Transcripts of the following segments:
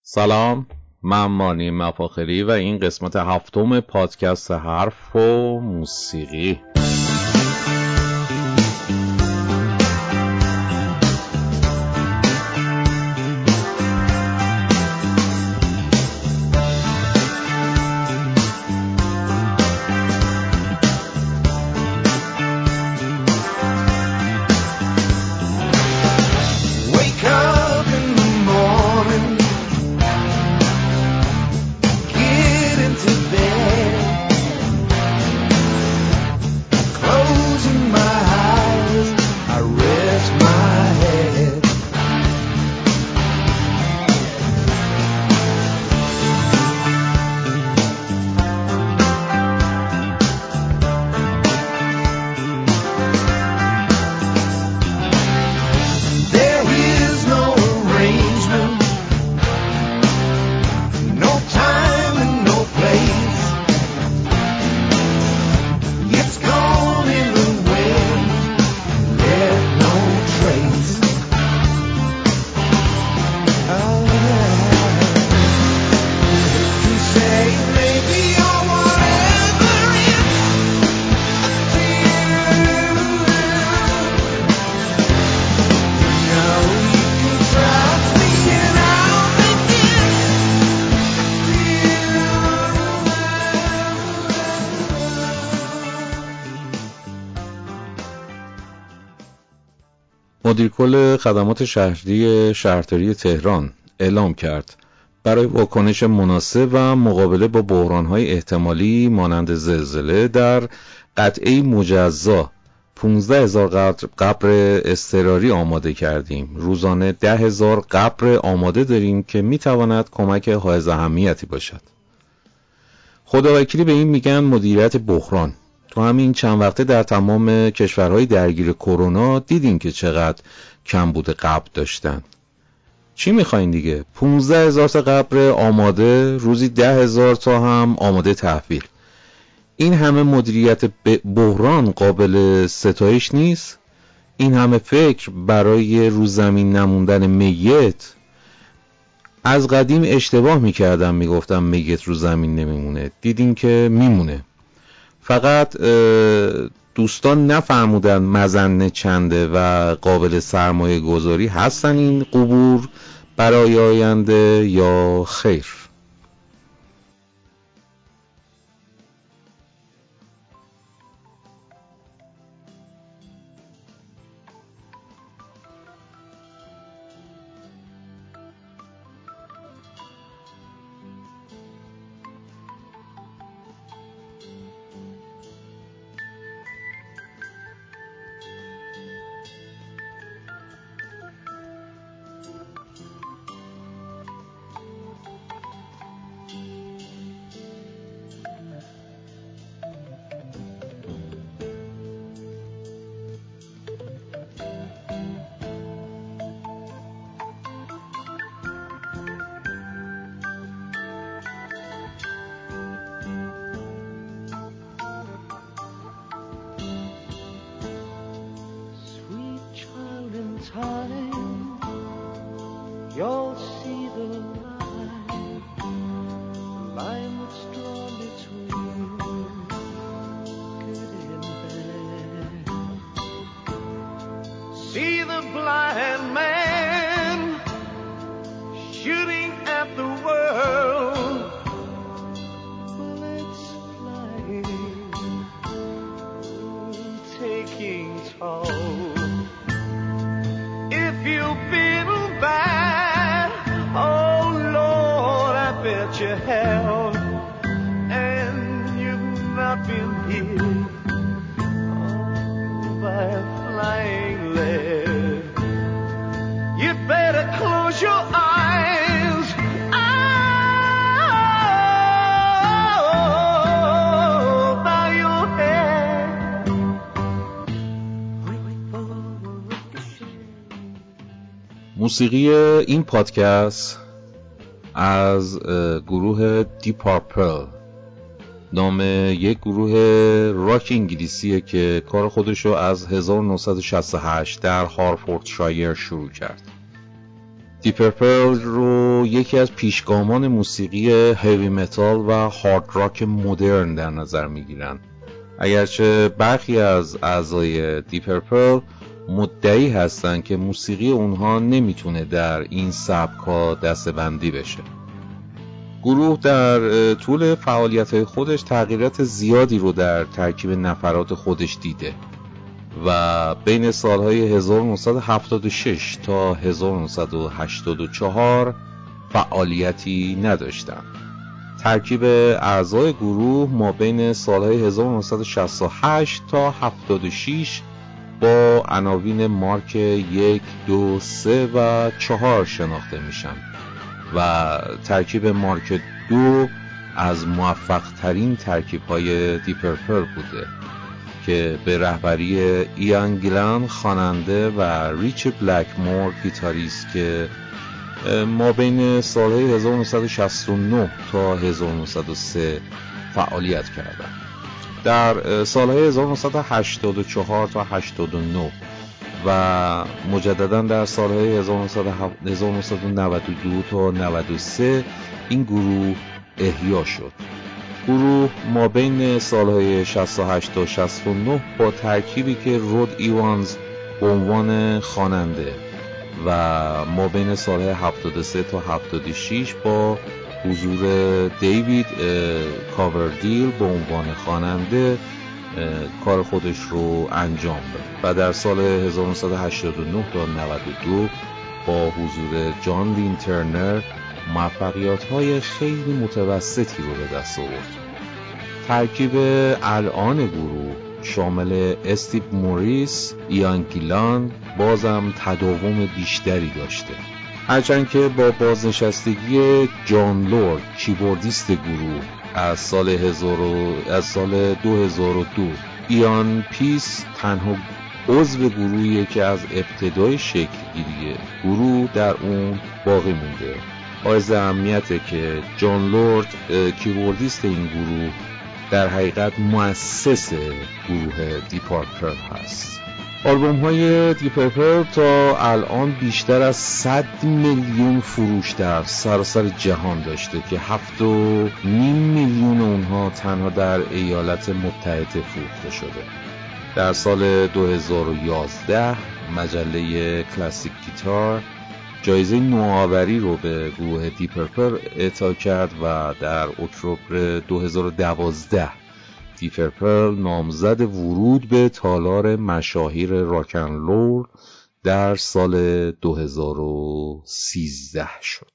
سلام، من مانی مفاخری و این قسمت 7 پادکست حرف و موسیقی. مدیر کل خدمات شهری شهرداری تهران اعلام کرد برای واکنش مناسب و مقابله با بحران‌های احتمالی مانند زلزله در قطعه مجزا 15,000 قبر اضطراری آماده کردیم. روزانه 10,000 قبر آماده داریم که میتواند کمک حائز اهمیتی باشد. خداوکیلی به این میگن مدیریت بحران. تو همین چند وقته در تمام کشورهای درگیر کرونا دیدین که چقدر کمبود قبر داشتن. چی میخواین دیگه؟ 15,000 تا قبر آماده، روزی 10,000 تا هم آماده تحویل. این همه مدیریت بحران قابل ستایش نیست؟ این همه فکر برای رو زمین نموندن میت؟ از قدیم اشتباه میکردم، میگفتم میت رو زمین نمیمونه، دیدیم که میمونه. فقط دوستان نفرمودن مظنه چنده و قابل سرمایه گذاری هستن این قبور برای آینده یا خیر. You'll see the line that's drawn between good and bad. See the blind man shooting at the world, bullets flying, taking toll. If you've been bad, oh Lord, I bet you have, and you've not been hit by a flying lead. You'd better close your eyes, bow your head. Wait for the ricochet. موسیقی این پادکست از گروه دی پارپل، نام یک گروه راک انگلیسیه که کار خودشو از 1968 در هارفوردشایر شروع کرد. دیپ پرپل رو یکی از پیشگامان موسیقی هیوی متال و هارد راک مدرن در نظر میگیرن. اگرچه برخی از اعضای دیپ پرپل مدعی هستن که موسیقی اونها نمیتونه در این سبک‌ها دسته‌بندی بشه. گروه در طول فعالیت‌های خودش تغییرات زیادی رو در ترکیب نفرات خودش دیده و بین سالهای 1976 تا 1984 فعالیتی نداشتند. ترکیب اعضای گروه ما بین سالهای 1968 تا 76 با عناوین مارک 1، 2، 3 و 4 شناخته میشن و ترکیب مارک 2 از موفق ترین ترکیب های دیپ پرپل بوده که به رهبری ایان گیلان خواننده و ریچ بلکمور گیتاریست که ما بین سالهای 1969 تا 1903 فعالیت کردند. در سالهای 1984 تا 89 و مجددا در سالهای 1992 تا 93 این گروه احیا شد. گروه ما بین سالهای 68 تا 69 با ترکیبی که رود ایوانز به عنوان خواننده و ما بین سالهای 73 تا 76 با حضور دیوید کاوردیل به عنوان خواننده کار خودش رو انجام داد و در سال 1989 تا 92 با حضور جان لین ترنر موفقیت‌های خیلی متوسطی رو به دست آورد. ترکیب الان گروه شامل استیو موریس، ایان گیلان بازم تداوم بیشتری داشته، هرچند که با بازنشستگی جان لورد کیبوردیست گروه از سال 2002 ایان پیس تنها عضو گروهیه که از ابتدای شکلگیری گروه در اون باقی مونده. حائز اهمیته که جان لورد کیبوردیست این گروه در حقیقت مؤسس گروه دیپ پرپل هست. آلبوم های دیپ پرپل تا الان بیشتر از 100 میلیون فروش در سراسر جهان داشته که 7.5 میلیون اونها تنها در ایالات متحده فروخته شده. در سال 2011 مجله کلاسیک گیتار جایزه نوآوری رو به گروه دیپ پرپل اعطا کرد و در اکتبر 2012 دیپ پرپل نامزد ورود به تالار مشاهیر راک اند رول در سال 2013 شد.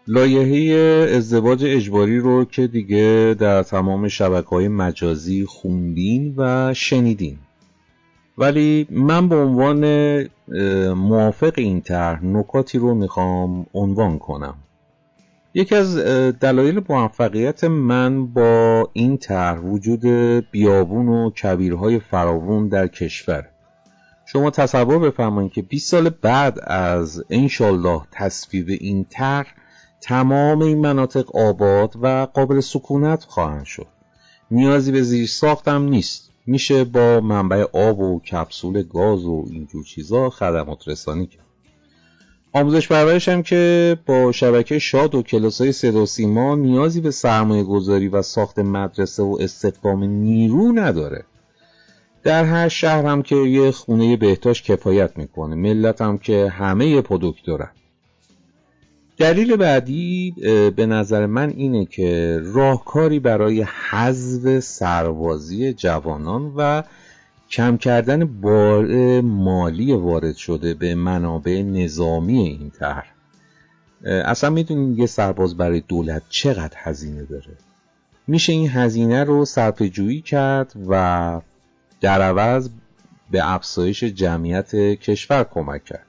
لایحه ازدواج اجباری رو که دیگه در تمام شبکه‌های مجازی خوندین و شنیدین، ولی من به عنوان موافق این طرح نکاتی رو میخوام عنوان کنم. یکی از دلایل موفقیت من با این طرح وجود بیابون و کبیرهای فراوون در کشور. شما تصور بفرمایید که 20 سال بعد از انشالله تصویب این طرح تمام این مناطق آباد و قابل سکونت خواهند شد. نیازی به زیرساخت هم نیست. میشه با منبع آب و کپسول گاز و اینجور چیزا خدمات رسانی کرد. آموزش پرورش هم که با شبکه شاد و کلاس‌های صدا و سیما نیازی به سرمایه گذاری و ساخت مدرسه و استخدام نیرو نداره. در هر شهر هم که یه خونه بهداشت کفایت میکنه، ملت هم که همه پدوکتورن. دلیل بعدی به نظر من اینه که راهکاری برای حذف سربازی جوانان و کم کردن بار مالی وارد شده به منابع نظامی این طرح. اصلا میدونین یه سرباز برای دولت چقدر هزینه داره؟ میشه این هزینه رو صرفه‌جویی کرد و در عوض به افزایش جمعیت کشور کمک کرد.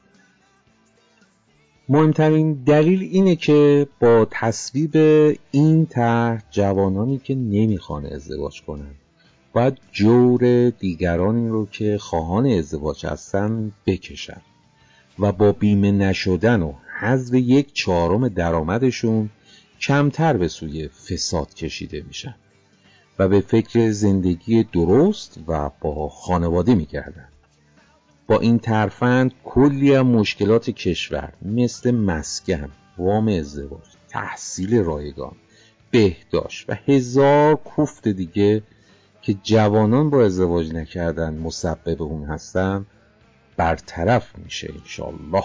مهمترین دلیل اینه که با تصویب این طرح جوانانی که نمیخوان ازدواج کنن باید جور دیگرانی رو که خواهان ازدواج هستن بکشن و با بیمه نشدن و حذف 1/4 درآمدشون کمتر به سوی فساد کشیده میشن و به فکر زندگی درست و با خانواده میگردن. با این ترفند کلی از مشکلات کشور مثل مسکن، وام ازدواج، تحصیل رایگان، بهداشت و هزار کوفت دیگه که جوانان با ازدواج نکردن مسبب اون هستن برطرف میشه انشالله.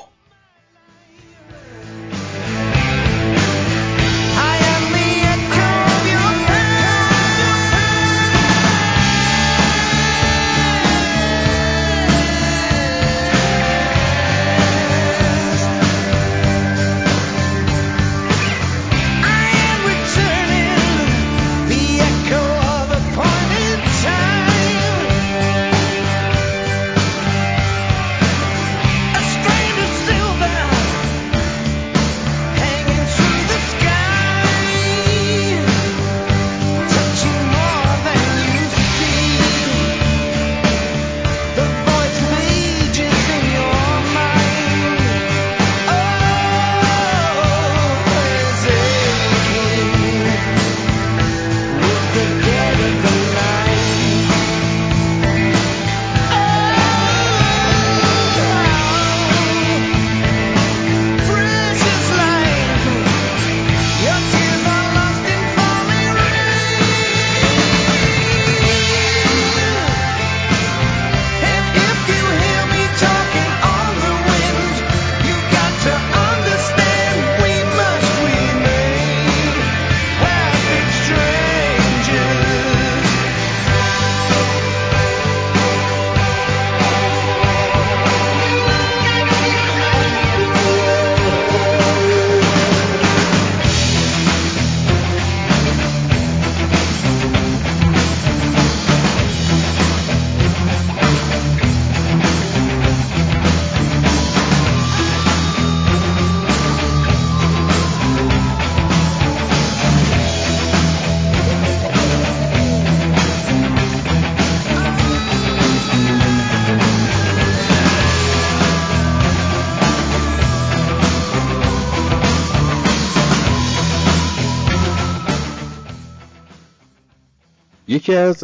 یکی از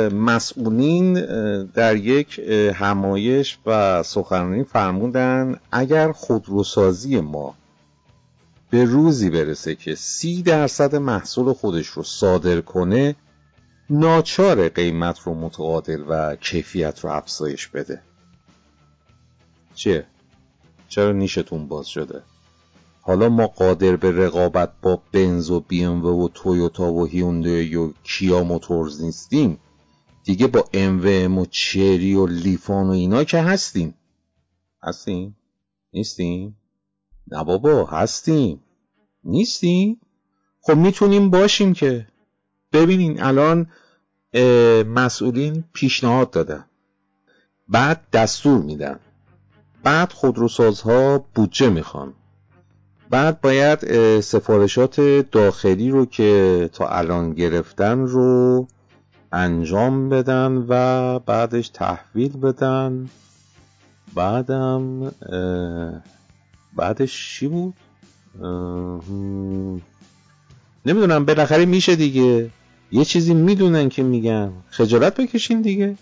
مسئولین در یک همایش و سخنرانی فرمودن اگر خودروسازی ما به روزی برسه که 30% محصول خودش رو صادر کنه، ناچار قیمت رو متعادل و کیفیت رو افزایش بده. چرا نیشتون باز شده؟ حالا ما قادر به رقابت با بنز و بی ام و تویوتا و هیوندای و کیا موتورز نیستیم، دیگه با ام و ام و چری و لیفان و اینا که هستیم؟ نیستیم؟ نه بابا هستیم. نیستی؟ خب میتونیم باشیم که. ببینین الان مسئولین پیشنهاد دادن، بعد دستور میدن، بعد خودروسازها بودجه میخوان، بعد باید سفارشات داخلی رو که تا الان گرفتن رو انجام بدن و بعدش تحویل بدن. بعدش چی بود؟ نمیدونم، بالاخره میشه دیگه. یه چیزی میدونن که میگن، خجالت بکشین دیگه.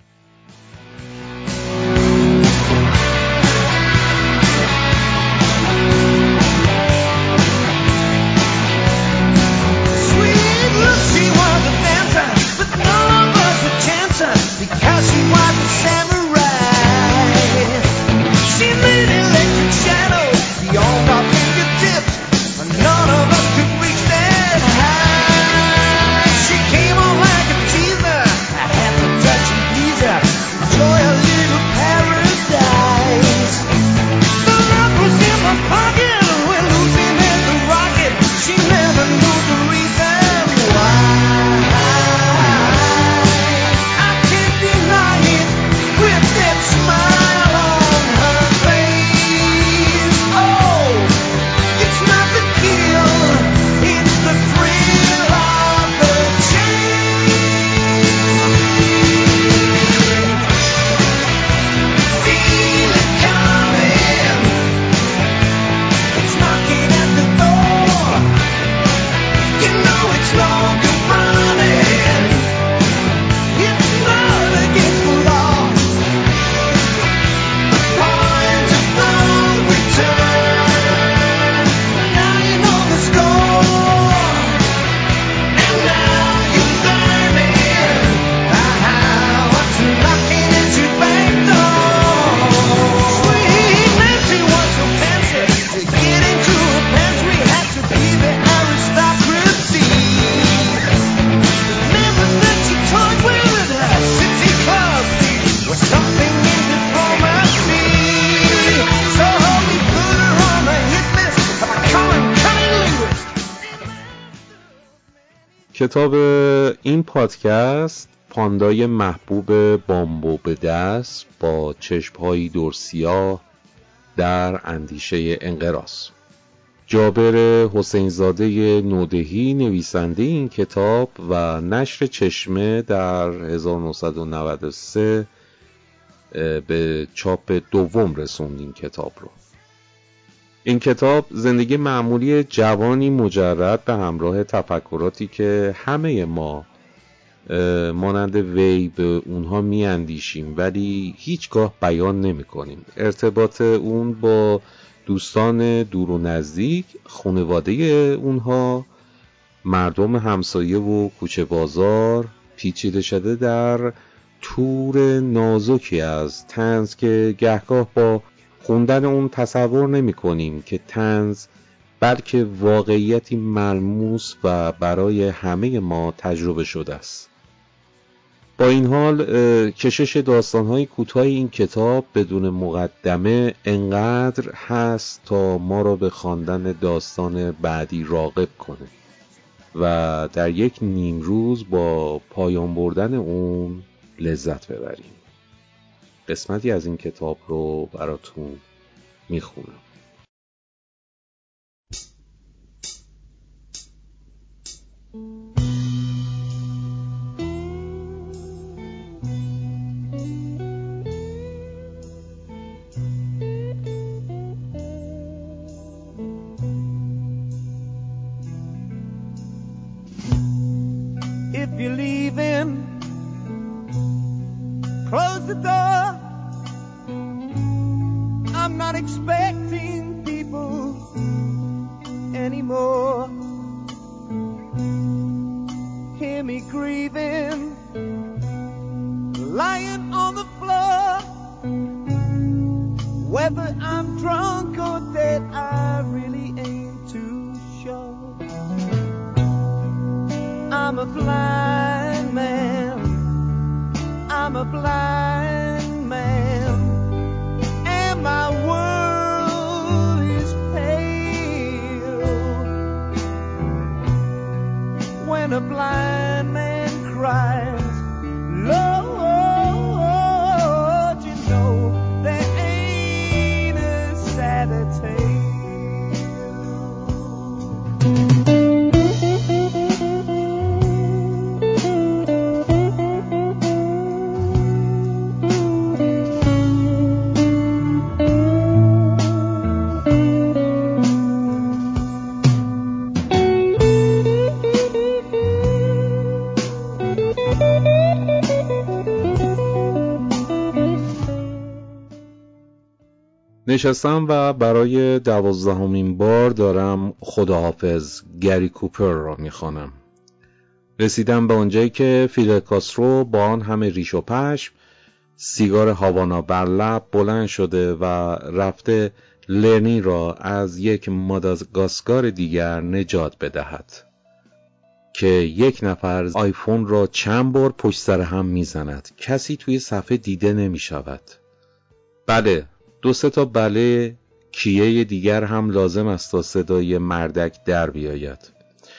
کتاب این پادکست پاندای محبوب بامبو به دست با چشم‌هایی دورسیاه در اندیشه انقراض. جابر حسینزاده نودهی نویسنده این کتاب و نشر چشمه در 1993 به چاپ دوم رسوند این کتاب رو. این کتاب زندگی معمولی جوانی مجرد به همراه تفکراتی که همه ما مانند وی به اونها میاندیشیم ولی هیچگاه بیان نمی کنیم. ارتباط اون با دوستان دور و نزدیک، خانواده اونها، مردم همسایه و کوچه بازار پیچیده شده در تور نازکی از طنز که گهگاه با خوندن اون تصور نمی کنیم که طنز بلکه واقعیتی ملموس و برای همه ما تجربه شده است. با این حال کشش داستان‌های کوتاه این کتاب بدون مقدمه انقدر هست تا ما را به خواندن داستان بعدی راغب کنه و در یک نیم روز با پایان بردن اون لذت ببریم. قسمتی از این کتاب رو براتون میخونم. If you're leaving, close the door. I'm not expecting people anymore. Hear me grieving, lying on the floor. Whether I'm drunk or dead, I really ain't too sure. I'm a blind man, I'm a blind man, and my world is pale. نشستم و برای 12مین بار دارم خداحافظ گری کوپر را میخوانم. رسیدم به اونجایی که فیدل کاسترو با آن همه ریش و پشم، سیگار هاوانا بر لب بلند شده و رفته لنی را از یک ماداگاسکار دیگر نجات بدهد که یک نفر آیفون را چند بار پشت سر هم میزند. کسی توی صفحه دیده نمی شود. بله، 2-3 تا بله کیه دیگر هم لازم است تا صدای مردک در بیاید.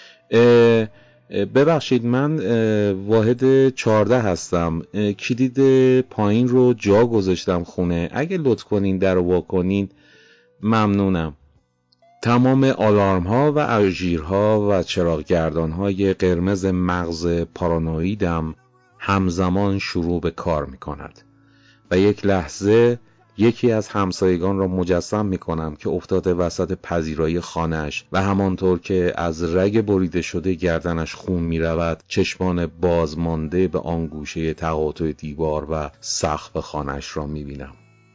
ببخشید، من واحد 14 هستم. کلید پایین رو جا گذاشتم خونه. اگه لطف کنین در رو وا کنین ممنونم. تمام آلارم ها و اژیرها و چراغ گردان های قرمز مغز پارانویدم همزمان شروع به کار می کند و یک لحظه یکی از همسایگان را مجسم می کنم که افتاده وسط پذیرایی خانه‌اش و همانطور که از رگ بریده شده گردنش خون می رود، چشمان بازمانده به آن گوشه تقاطع دیوار و سقف خانه‌اش را می بینم.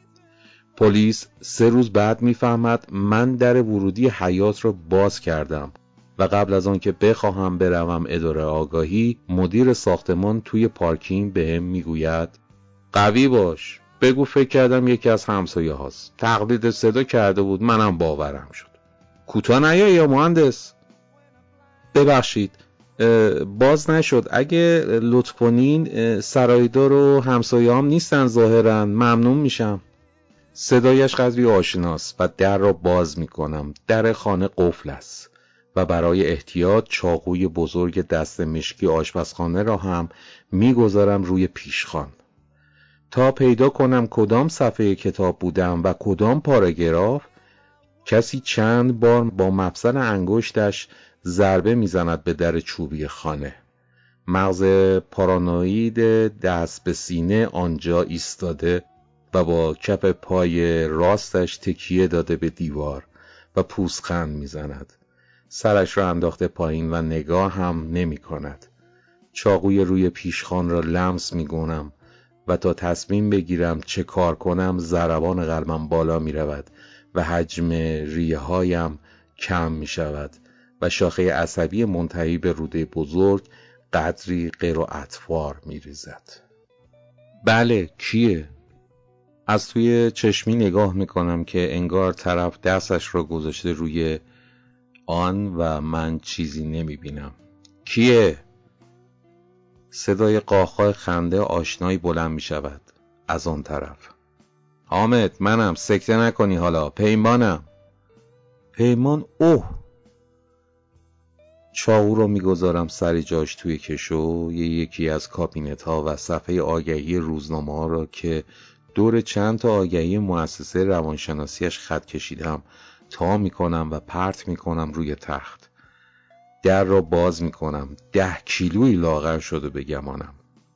پلیس 3 روز بعد می فهمد من در ورودی حیاط را باز کردم و قبل از آن که بخواهم بروم اداره آگاهی، مدیر ساختمان توی پارکینگ بهم می گوید قوی باش، بگو فکر کردم یکی از همسایه هاست. تقلید صدا کرده بود، منم باورم شد. کوتاه نیا یا مهندس؟ ببخشید باز نشد. اگه لطف کنین سرایدار و همسایه هم نیستن ظاهرا، ممنون میشم. صدایش قدری آشناست و در را باز میکنم. در خانه قفل است و برای احتیاط چاقوی بزرگ دست مشکی آشپزخانه را هم میگذارم روی پیشخوان تا پیدا کنم کدام صفحه کتاب بودم و کدام پاراگراف. کسی چند بار با مفصل انگشتش ضربه میزند به در چوبی خانه. مغز پارانوید دست به سینه آنجا ایستاده و با کف پای راستش تکیه داده به دیوار و پوزخند میزند. سرش را انداخته پایین و نگاه هم نمی کند. چاقوی روی پیشخوان را لمس می‌کنم و تا تصمیم بگیرم چه کار کنم ضربان قلبم بالا می رود و حجم ریه هایم کم می شود و شاخه عصبی منتهی به روده بزرگ قدری غیر و اطفار می ریزد. بله، کیه؟ از توی چشمی نگاه می کنم که انگار طرف دستش را گذاشته روی آن و من چیزی نمی بینم. کیه؟ صدای قاقای خنده آشنایی بلند می شود از آن طرف. حامد، منم، سکته نکنی حالا، پیمانم. پیمان؟ اوه. چاقو رو میگذارم سر جاش توی کشو. یکی از کابینت ها و صفحه آگهی روزنامه ها را که دور چند تا آگهی مؤسسه روانشناسیش خط کشیدم تا میکنم و پرت میکنم روی تخت. در را باز میکنم. 10 کیلویی لاغر شده به گمانم.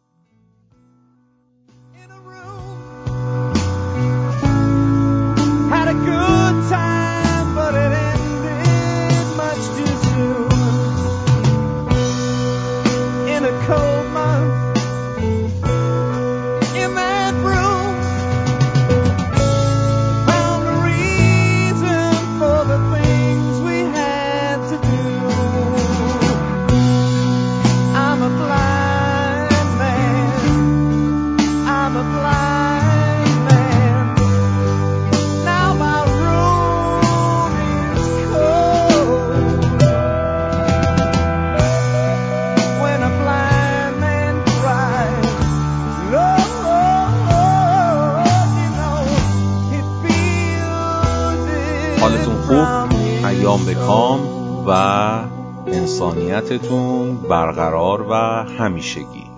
حالتون خوب، ایام به کام و انسانیتتون برقرار و همیشگی.